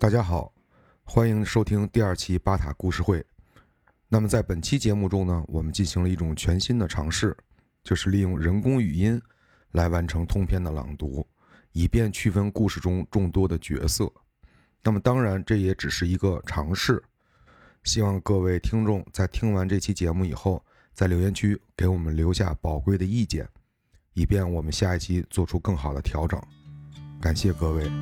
大家好，欢迎收听第2期巴塔故事会。那么在本期节目中呢，我们进行了一种全新的尝试，就是利用人工语音来完成通篇的朗读，以便区分故事中众多的角色。那么当然这也只是一个尝试，希望各位听众在听完这期节目以后，在留言区给我们留下宝贵的意见，以便我们下一期做出更好的调整。感谢各位。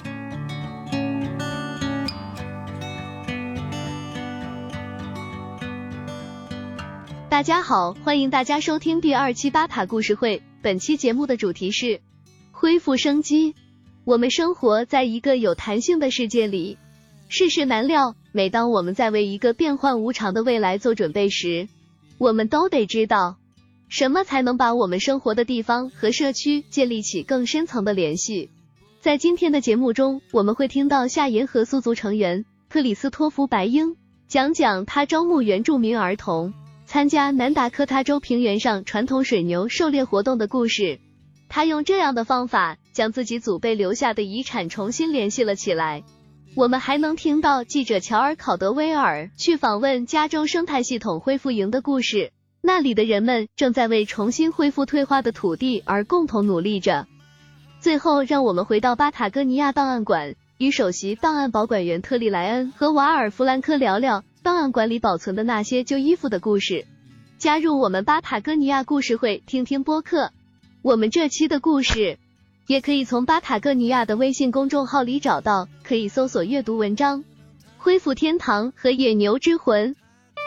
大家好，欢迎大家收听第2期巴塔故事会。本期节目的主题是恢复生机。我们生活在一个有弹性的世界里，世事难料。每当我们在为一个变幻无常的未来做准备时，我们都得知道，什么才能把我们生活的地方和社区建立起更深层的联系。在今天的节目中，我们会听到夏银河苏族成员克里斯托弗·白鹰讲他招募原住民儿童参加南达科他州平原上传统水牛狩猎活动的故事。他用这样的方法将自己祖辈留下的遗产重新联系了起来。我们还能听到记者乔尔·考德威尔去访问加州生态系统恢复营的故事，那里的人们正在为重新恢复退化的土地而共同努力着。最后，让我们回到巴塔哥尼亚档案馆，与首席档案保管员特利莱恩和瓦尔弗兰科聊聊档案馆里保存的那些旧衣服的故事。加入我们巴塔哥尼亚故事会，听听播客。我们这期的故事也可以从巴塔哥尼亚的微信公众号里找到，可以搜索阅读文章恢复天堂和野牛之魂。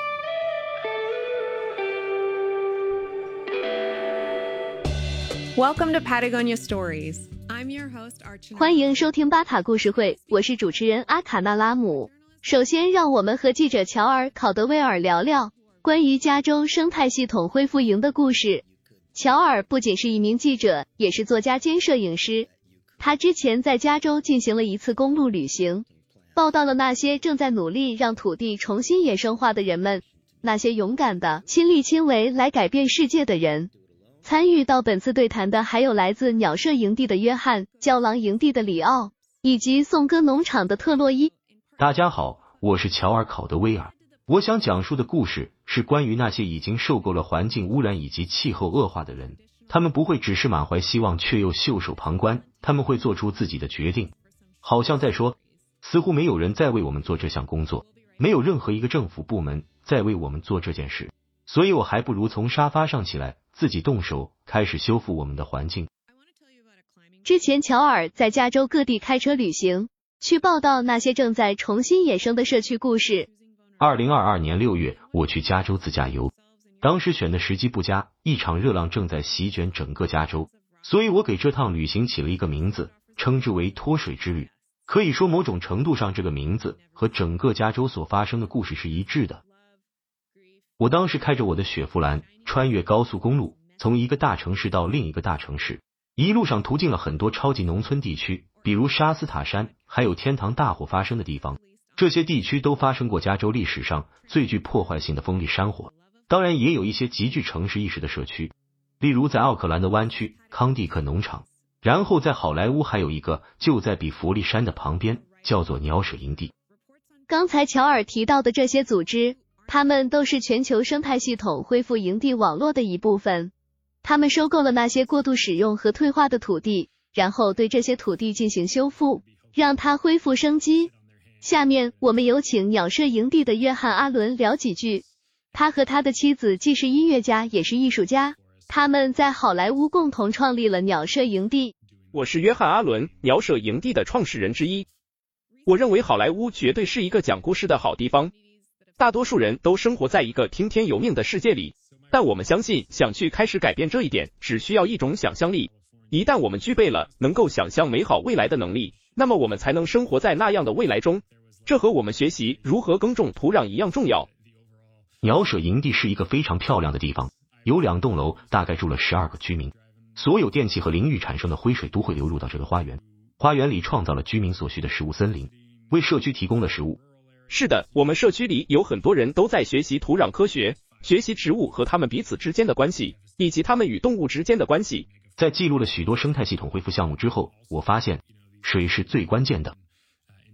Welcome to Patagonia Stories. I'm your host, Archana. 欢迎收听巴塔故事会，我是主持人阿卡纳拉姆。首先让我们和记者乔尔·考德威尔聊聊关于加州生态系统恢复营的故事。乔尔不仅是一名记者，也是作家兼摄影师。他之前在加州进行了一次公路旅行，报道了那些正在努力让土地重新野生化的人们，那些勇敢的亲力亲为来改变世界的人。参与到本次对谈的还有来自鸟舍营地的约翰、郊狼营地的里奥，以及颂歌农场的特洛伊。 大家好，我是乔尔·考德威尔。我想讲述的故事是关于那些已经受够了环境污染以及气候恶化的人，他们不会只是满怀希望却又袖手旁观，他们会做出自己的决定，好像在说，似乎没有人在为我们做这项工作，没有任何一个政府部门在为我们做这件事，所以我还不如从沙发上起来，自己动手开始修复我们的环境。 之前乔尔在加州各地开车旅行，去报道那些正在重新野生的社区故事。 2022年6月，我去加州自驾游，当时选的时机不佳，一场热浪正在席卷整个加州，所以我给这趟旅行起了一个名字，称之为脱水之旅。可以说某种程度上这个名字和整个加州所发生的故事是一致的。我当时开着我的雪佛兰，穿越高速公路，从一个大城市到另一个大城市，一路上途经了很多超级农村地区，比如沙斯塔山，还有天堂大火发生的地方。这些地区都发生过加州历史上最具破坏性的风力山火，当然也有一些极具城市意识的社区，例如在奥克兰的湾区康蒂克农场，然后在好莱坞还有一个就在比佛利山的旁边，叫做鸟舍营地。 刚才乔尔提到的这些组织，他们都是全球生态系统恢复营地网络的一部分。他们收购了那些过度使用和退化的土地，然后对这些土地进行修复，让它恢复生机。下面我们有请鸟舍营地的约翰·阿伦聊几句。他和他的妻子既是音乐家也是艺术家，他们在好莱坞共同创立了鸟舍营地。 我是约翰·阿伦，鸟舍营地的创始人之一。我认为好莱坞绝对是一个讲故事的好地方。大多数人都生活在一个听天由命的世界里，但我们相信想去开始改变这一点，只需要一种想象力。一旦我们具备了能够想象美好未来的能力，那么我们才能生活在那样的未来中。这和我们学习如何耕种土壤一样重要。 鸟舍营地是一个非常漂亮的地方，有2栋楼，大概住了12个居民。所有电气和淋浴产生的灰水都会流入到这个花园。花园里创造了居民所需的食物森林，为社区提供了食物。 是的，我们社区里有很多人都在学习土壤科学，学习植物和它们彼此之间的关系，以及它们与动物之间的关系。 在记录了许多生态系统恢复项目之后，我发现水是最关键的。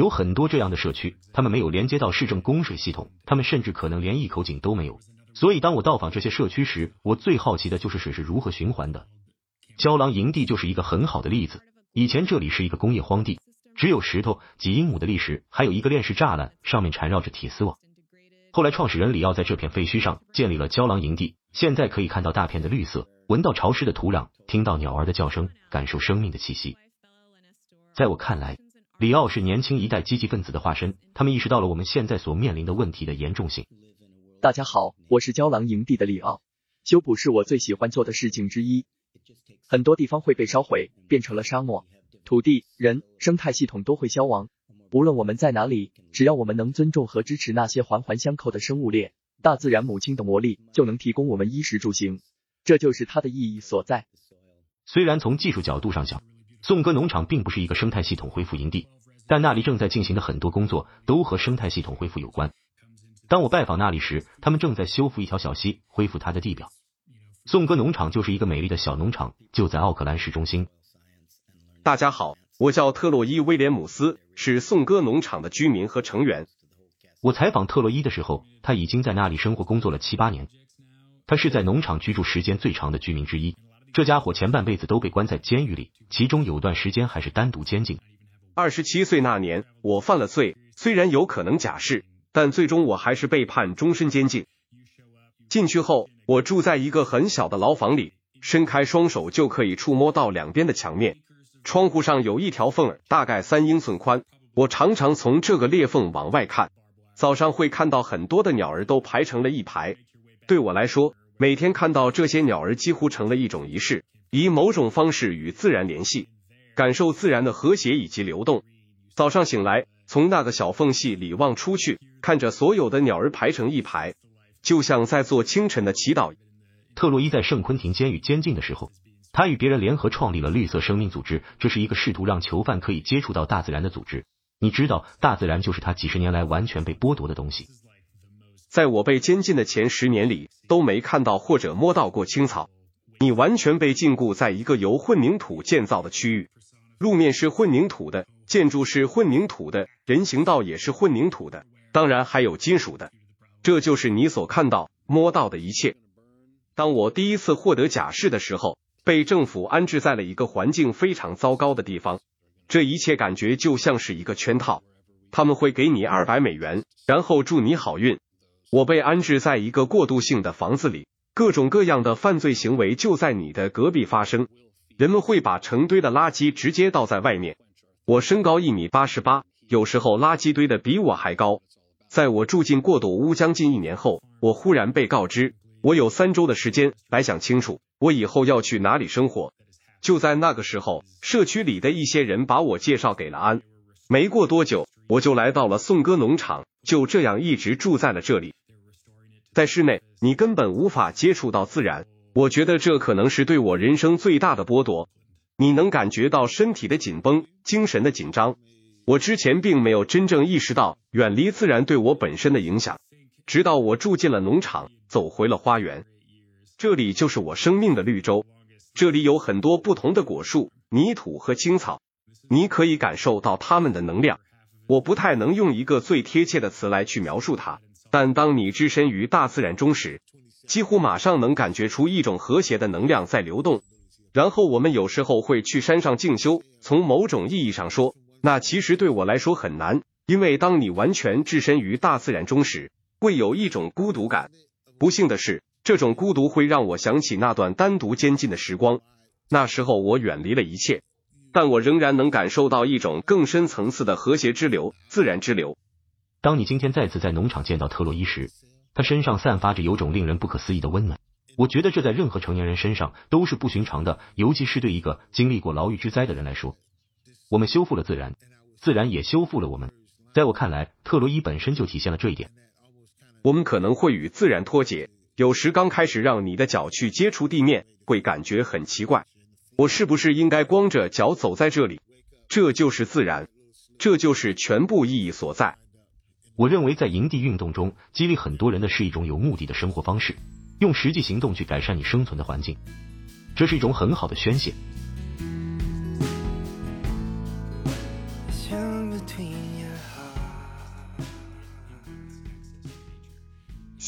有很多这样的社区，他们没有连接到市政供水系统，他们甚至可能连一口井都没有。所以当我到访这些社区时，我最好奇的就是水是如何循环的。郊狼营地就是一个很好的例子。以前这里是一个工业荒地，只有石头，几英亩的砾石，还有一个链式栅栏，上面缠绕着铁丝网。后来创始人里奥在这片废墟上建立了郊狼营地，现在可以看到大片的绿色，闻到潮湿的土壤，听到鸟儿的叫声，感受生命的气息。在我看来，里奥是年轻一代积极分子的化身，他们意识到了我们现在所面临的问题的严重性。 大家好，我是郊狼营地的里奥。修补是我最喜欢做的事情之一。很多地方会被烧毁，变成了沙漠，土地、人、生态系统都会消亡。无论我们在哪里，只要我们能尊重和支持那些环环相扣的生物链，大自然母亲的魔力就能提供我们衣食住行，这就是它的意义所在。 虽然从技术角度上讲，颂歌农场并不是一个生态系统恢复营地，但那里正在进行的很多工作都和生态系统恢复有关。当我拜访那里时，他们正在修复一条小溪，恢复它的地表。颂歌农场就是一个美丽的小农场，就在奥克兰市中心。 大家好，我叫特洛伊·威廉姆斯，是颂歌农场的居民和成员。 我采访特洛伊的时候，他已经在那里生活工作了7、8年。他是在农场居住时间最长的居民之一。这家伙前半辈子都被关在监狱里，其中有段时间还是单独监禁。 27岁那年，我犯了罪，虽然有可能假释，但最终我还是被判终身监禁。进去后，我住在一个很小的牢房里，伸开双手就可以触摸到两边的墙面，窗户上有一条缝儿，大概3英寸宽。我常常从这个裂缝往外看，早上会看到很多的鸟儿都排成了一排。对我来说，每天看到这些鸟儿几乎成了一种仪式，以某种方式与自然联系，感受自然的和谐以及流动。早上醒来，从那个小缝隙里望出去，看着所有的鸟儿排成一排，就像在做清晨的祈祷。 特洛伊在圣昆廷监狱监禁的时候，他与别人联合创立了绿色生命组织，这是一个试图让囚犯可以接触到大自然的组织。你知道，大自然就是他几十年来完全被剥夺的东西。 在我被监禁的前10年里，都没看到或者摸到过青草。你完全被禁锢在一个由混凝土建造的区域，路面是混凝土的，建筑是混凝土的，人行道也是混凝土的，当然还有金属的。这就是你所看到、摸到的一切。当我第一次获得假释的时候，被政府安置在了一个环境非常糟糕的地方，这一切感觉就像是一个圈套。他们会给你$200，然后祝你好运。我被安置在一个过渡性的房子里，各种各样的犯罪行为就在你的隔壁发生。人们会把成堆的垃圾直接倒在外面。我身高1.88米，有时候垃圾堆的比我还高。在我住进过渡屋将近1年后，我忽然被告知，我有3周的时间来想清楚，我以后要去哪里生活。就在那个时候，社区里的一些人把我介绍给了安。没过多久，我就来到了颂歌农场，就这样一直住在了这里。在室内，你根本无法接触到自然，我觉得这可能是对我人生最大的剥夺。你能感觉到身体的紧绷，精神的紧张。我之前并没有真正意识到远离自然对我本身的影响，直到我住进了农场，走回了花园。这里就是我生命的绿洲，这里有很多不同的果树、泥土和青草，你可以感受到它们的能量。我不太能用一个最贴切的词来去描述它，但当你置身于大自然中时，几乎马上能感觉出一种和谐的能量在流动。然后我们有时候会去山上静修，从某种意义上说，那其实对我来说很难，因为当你完全置身于大自然中时，会有一种孤独感。不幸的是，这种孤独会让我想起那段单独监禁的时光。那时候我远离了一切，但我仍然能感受到一种更深层次的和谐之流，自然之流。 当你今天再次在农场见到特洛伊时，他身上散发着有种令人不可思议的温暖。我觉得这在任何成年人身上都是不寻常的，尤其是对一个经历过牢狱之灾的人来说。我们修复了自然，自然也修复了我们。在我看来，特洛伊本身就体现了这一点。 我们可能会与自然脱节，有时刚开始让你的脚去接触地面，会感觉很奇怪。我是不是应该光着脚走在这里？这就是自然，这就是全部意义所在。 我认为在营地运动中，激励很多人的是一种有目的的生活方式，用实际行动去改善你生存的环境，这是一种很好的宣泄。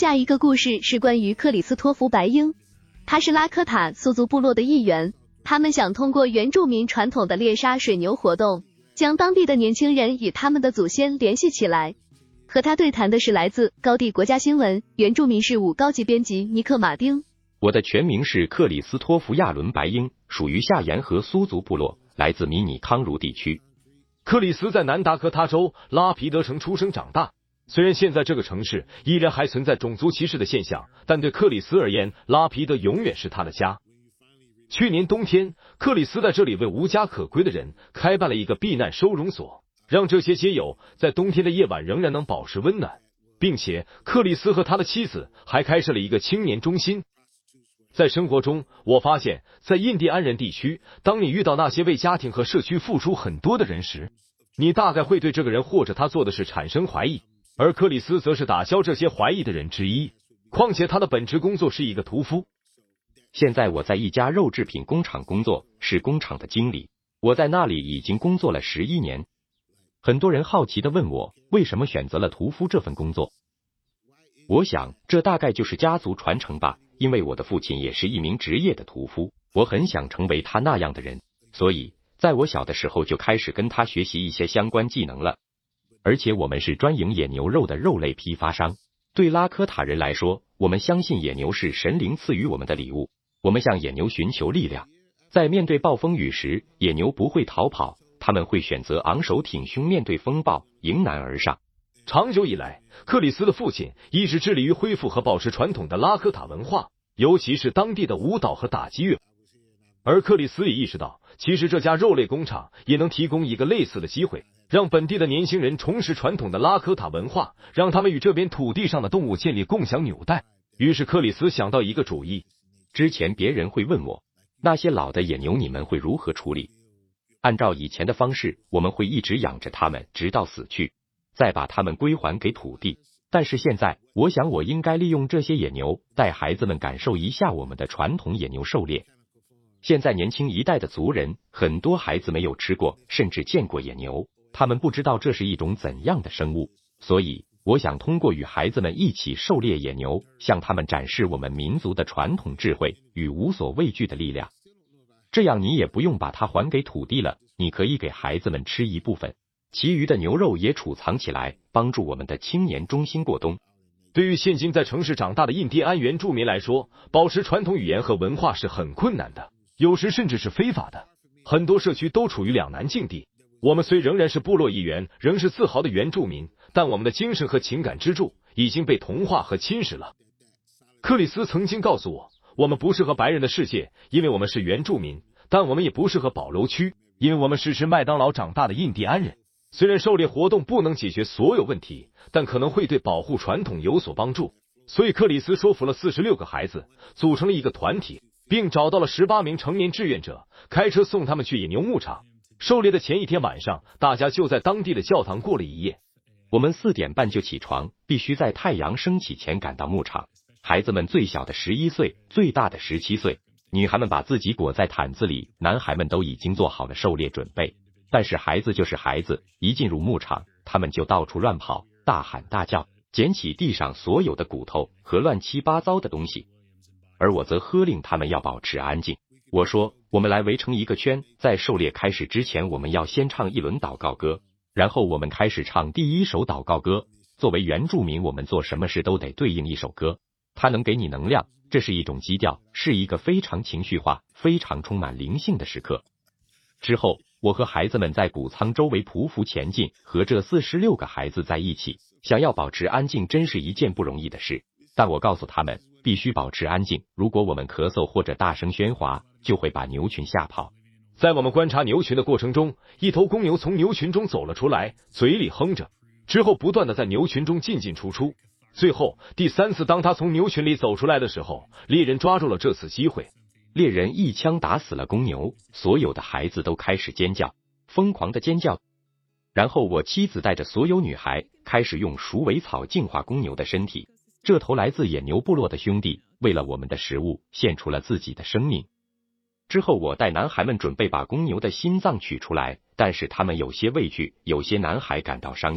下一个故事是关于克里斯托弗·白鹰，他是拉科塔苏族部落的一员，他们想通过原住民传统的猎杀水牛活动，将当地的年轻人与他们的祖先联系起来。和他对谈的是来自高地国家新闻原住民事务高级编辑尼克·马丁。 我的全名是克里斯托弗·亚伦·白鹰，属于下沿河苏族部落，来自迷你康茹地区。 克里斯在南达科他州拉皮德城出生长大，虽然现在这个城市依然还存在种族歧视的现象，但对克里斯而言，拉皮德永远是他的家。去年冬天，克里斯在这里为无家可归的人开办了一个避难收容所，让这些街友在冬天的夜晚仍然能保持温暖，并且克里斯和他的妻子还开设了一个青年中心。在生活中，我发现在印第安人地区，当你遇到那些为家庭和社区付出很多的人时，你大概会对这个人或者他做的事产生怀疑，而克里斯则是打消这些怀疑的人之一。况且他的本职工作是一个屠夫。 现在我在一家肉制品工厂工作，是工厂的经理。我在那里已经工作了11年。很多人好奇地问我，为什么选择了屠夫这份工作？我想，这大概就是家族传承吧，因为我的父亲也是一名职业的屠夫，我很想成为他那样的人，所以在我小的时候就开始跟他学习一些相关技能了。而且我们是专营野牛肉的肉类批发商。对拉科塔人来说，我们相信野牛是神灵赐予我们的礼物，我们向野牛寻求力量。在面对暴风雨时，野牛不会逃跑，他们会选择昂首挺胸面对风暴，迎难而上。 长久以来，克里斯的父亲一直致力于恢复和保持传统的拉科塔文化，尤其是当地的舞蹈和打击乐。而克里斯也意识到，其实这家肉类工厂也能提供一个类似的机会，让本地的年轻人重拾传统的拉科塔文化，让他们与这边土地上的动物建立共享纽带。于是克里斯想到一个主意。 之前别人会问我，那些老的野牛你们会如何处理？按照以前的方式，我们会一直养着它们，直到死去，再把它们归还给土地。但是现在，我想我应该利用这些野牛，带孩子们感受一下我们的传统野牛狩猎。现在年轻一代的族人，很多孩子没有吃过，甚至见过野牛，他们不知道这是一种怎样的生物。所以，我想通过与孩子们一起狩猎野牛，向他们展示我们民族的传统智慧与无所畏惧的力量。这样你也不用把它还给土地了，你可以给孩子们吃一部分，其余的牛肉也储藏起来，帮助我们的青年中心过冬。 对于现今在城市长大的印第安原住民来说，保持传统语言和文化是很困难的，有时甚至是非法的。很多社区都处于两难境地。我们虽仍然是部落一员，仍是自豪的原住民，但我们的精神和情感支柱已经被同化和侵蚀了。克里斯曾经告诉我，我们不适合白人的世界，因为我们是原住民，但我们也不适合保留区，因为我们是吃麦当劳长大的印第安人。虽然狩猎活动不能解决所有问题，但可能会对保护传统有所帮助。所以克里斯说服了46个孩子，组成了一个团体，并找到了18名成年志愿者，开车送他们去野牛牧场。狩猎的前一天晚上，大家就在当地的教堂过了一夜。 我们4点半就起床，必须在太阳升起前赶到牧场。孩子们最小的11岁，最大的17岁。女孩们把自己裹在毯子里，男孩们都已经做好了狩猎准备。但是孩子就是孩子，一进入牧场，他们就到处乱跑，大喊大叫，捡起地上所有的骨头和乱七八糟的东西。而我则喝令他们要保持安静。我说，我们来围成一个圈，在狩猎开始之前，我们要先唱一轮祷告歌，然后我们开始唱第一首祷告歌。作为原住民，我们做什么事都得对应一首歌，它能给你能量，这是一种基调，是一个非常情绪化、非常充满灵性的时刻。之后，我和孩子们在谷仓周围匍匐前进，和这46个孩子在一起。想要保持安静真是一件不容易的事，但我告诉他们必须保持安静，如果我们咳嗽或者大声喧哗，就会把牛群吓跑。 在我们观察牛群的过程中，一头公牛从牛群中走了出来，嘴里哼着，之后不断的在牛群中进进出出。最后第3次当他从牛群里走出来的时候，猎人抓住了这次机会。 猎人一枪打死了公牛，所有的孩子都开始尖叫，疯狂的尖叫。然后我妻子带着所有女孩开始用鼠尾草净化公牛的身体。这头来自野牛部落的兄弟为了我们的食物献出了自己的生命。之后我带男孩们准备把公牛的心脏取出来，但是他们有些畏惧，有些男孩感到伤心，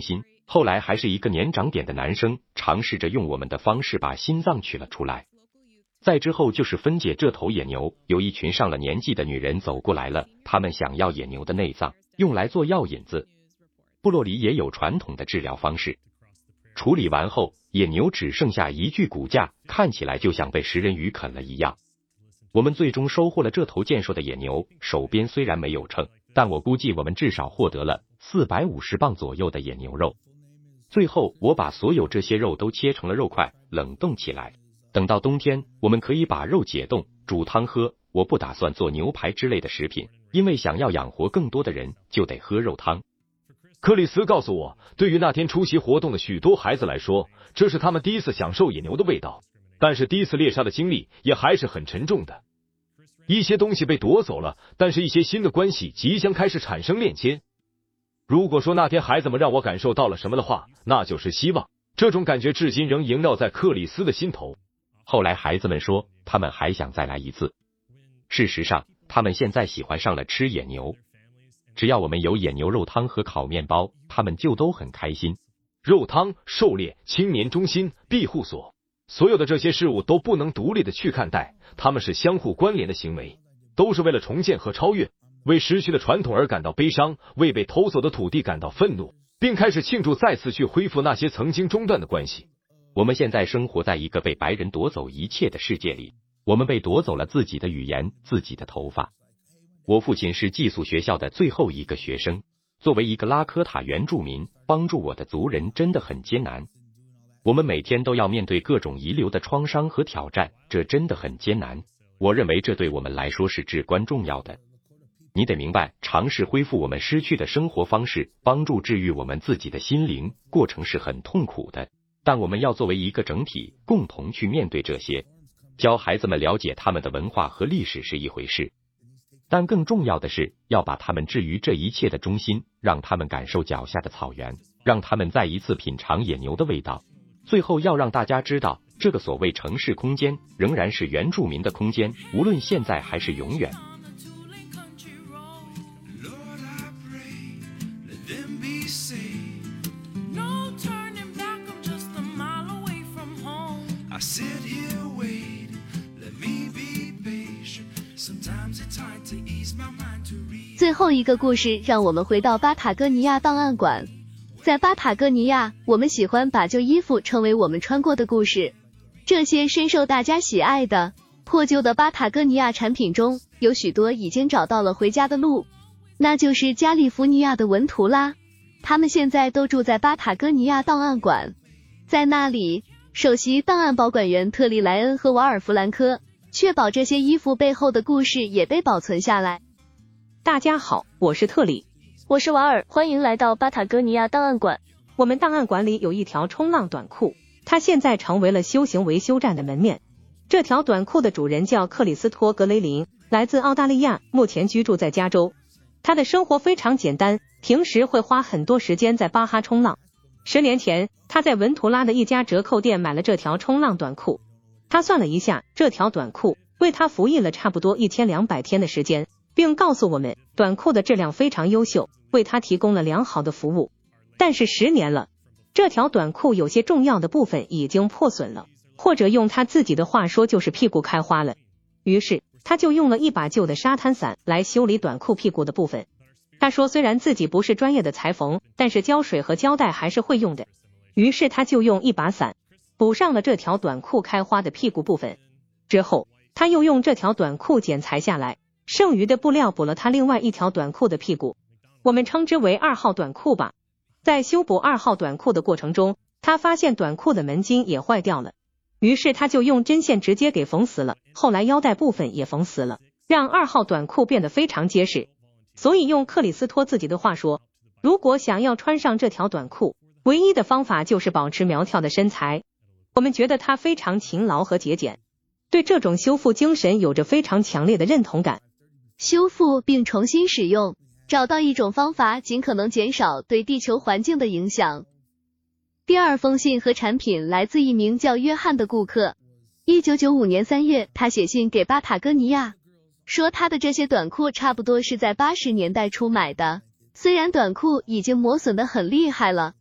后来还是一个年长点的男生尝试着用我们的方式把心脏取了出来。再之后就是分解这头野牛，有一群上了年纪的女人走过来了，她们想要野牛的内脏，用来做药引子。部落里也有传统的治疗方式。处理完后，野牛只剩下一具骨架，看起来就像被食人鱼啃了一样。我们最终收获了这头健硕的野牛，手边虽然没有秤，但我估计我们至少获得了450磅左右的野牛肉。最后，我把所有这些肉都切成了肉块，冷冻起来。等到冬天，我们可以把肉解冻，煮汤喝。我不打算做牛排之类的食品，因为想要养活更多的人，就得喝肉汤。 克里斯告诉我，对于那天出席活动的许多孩子来说，这是他们第一次享受野牛的味道，但是第一次猎杀的经历也还是很沉重的。一些东西被夺走了，但是一些新的关系即将开始产生链接。如果说那天孩子们让我感受到了什么的话，那就是希望。这种感觉至今仍萦绕在克里斯的心头。 后来孩子们说，他们还想再来一次。事实上，他们现在喜欢上了吃野牛。只要我们有野牛肉汤和烤面包，他们就都很开心。 肉汤、狩猎、青年中心、庇护所，所有的这些事物都不能独立的去看待，它们是相互关联的行为，都是为了重建和超越，为失去的传统而感到悲伤，为被偷走的土地感到愤怒，并开始庆祝再次去恢复那些曾经中断的关系。 我们现在生活在一个被白人夺走一切的世界里，我们被夺走了自己的语言、自己的头发。我父亲是寄宿学校的最后一个学生，作为一个拉科塔原住民，帮助我的族人真的很艰难。我们每天都要面对各种遗留的创伤和挑战，这真的很艰难。我认为这对我们来说是至关重要的。你得明白，尝试恢复我们失去的生活方式，帮助治愈我们自己的心灵，过程是很痛苦的，但我们要作为一个整体，共同去面对这些。教孩子们了解他们的文化和历史是一回事，但更重要的是要把他们置于这一切的中心，让他们感受脚下的草原，让他们再一次品尝野牛的味道。最后要让大家知道，这个所谓城市空间仍然是原住民的空间，无论现在还是永远。 最后一个故事让我们回到巴塔哥尼亚档案馆。在巴塔哥尼亚，我们喜欢把旧衣服称为我们穿过的故事。这些深受大家喜爱的破旧的巴塔哥尼亚产品中，有许多已经找到了回家的路，那就是加利福尼亚的文图拉。他们现在都住在巴塔哥尼亚档案馆，在那里，首席档案保管员特里莱恩和瓦尔弗兰科确保这些衣服背后的故事也被保存下来。 大家好，我是特里。 我是瓦尔，欢迎来到巴塔哥尼亚档案馆。 我们档案馆里有一条冲浪短裤，它现在成为了修行维修站的门面。这条短裤的主人叫克里斯托·格雷林，来自澳大利亚，目前居住在加州。他的生活非常简单，平时会花很多时间在巴哈冲浪。10年前，他在文图拉的一家折扣店买了这条冲浪短裤。他算了一下，这条短裤为他服役了差不多1200天的时间，并告诉我们，短裤的质量非常优秀，为他提供了良好的服务。但是10年了，这条短裤有些重要的部分已经破损了，或者用他自己的话说就是屁股开花了。于是他就用了一把旧的沙滩伞来修理短裤屁股的部分。他说虽然自己不是专业的裁缝，但是胶水和胶带还是会用的。于是他就用一把伞补上了这条短裤开花的屁股部分。之后他又用这条短裤剪裁下来，剩余的布料补了他另外一条短裤的屁股，我们称之为2号短裤吧。在修补2号短裤的过程中，他发现短裤的门襟也坏掉了，于是他就用针线直接给缝死了，后来腰带部分也缝死了，让2号短裤变得非常结实。所以用克里斯托自己的话说，如果想要穿上这条短裤，唯一的方法就是保持苗条的身材。我们觉得他非常勤劳和节俭，对这种修复精神有着非常强烈的认同感。 修复并重新使用，找到一种方法尽可能减少对地球环境的影响。第二封信和产品来自一名叫约翰的顾客。1995年3月，他写信给巴塔哥尼亚，说他的这些短裤差不多是在80年代初买的，虽然短裤已经磨损得很厉害了，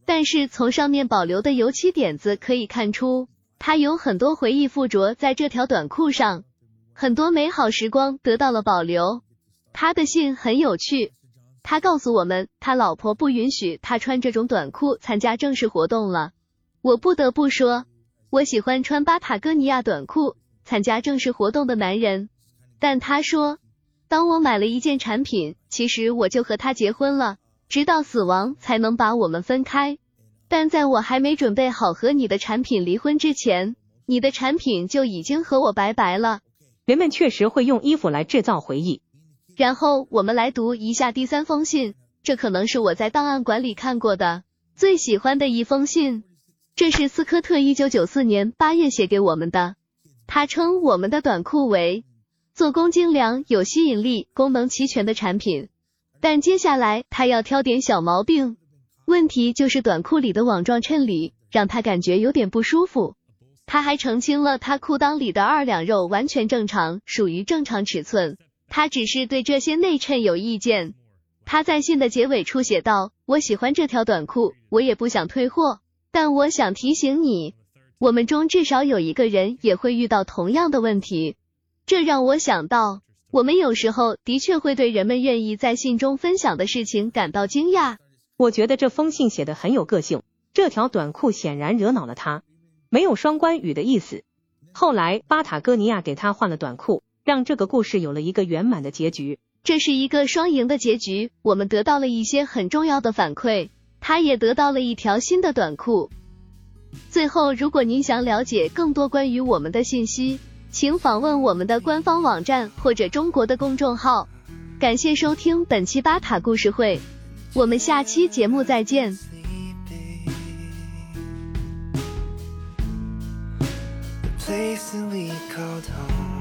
但是从上面保留的油漆点子可以看出，他有很多回忆附着在这条短裤上，很多美好时光得到了保留。他的信很有趣，他告诉我们，他老婆不允许他穿这种短裤参加正式活动了。我不得不说，我喜欢穿巴塔哥尼亚短裤参加正式活动的男人。但他说，当我买了一件产品，其实我就和他结婚了，直到死亡才能把我们分开。但在我还没准备好和你的产品离婚之前，你的产品就已经和我拜拜了。 人们确实会用衣服来制造回忆。 然后我们来读一下第3封信，这可能是我在档案馆里看过的最喜欢的一封信。这是斯科特1994年8月写给我们的。他称我们的短裤为做工精良、有吸引力、功能齐全的产品。但接下来他要挑点小毛病，问题就是短裤里的网状衬里让他感觉有点不舒服。他还澄清了他裤裆里的2两肉完全正常，属于正常尺寸，他只是对这些内衬有意见。他在信的结尾处写道，我喜欢这条短裤，我也不想退货，但我想提醒你，我们中至少有一个人也会遇到同样的问题。这让我想到，我们有时候的确会对人们愿意在信中分享的事情感到惊讶。 我觉得这封信写得很有个性，这条短裤显然惹恼了他，没有双关语的意思。后来巴塔哥尼亚给他换了短裤，让这个故事有了一个圆满的结局。 这是一个双赢的结局，我们得到了一些很重要的反馈，他也得到了一条新的短裤。最后，如果您想了解更多关于我们的信息，请访问我们的官方网站或者中国的公众号。感谢收听本期巴塔故事会，我们下期节目再见。 Place that we called home.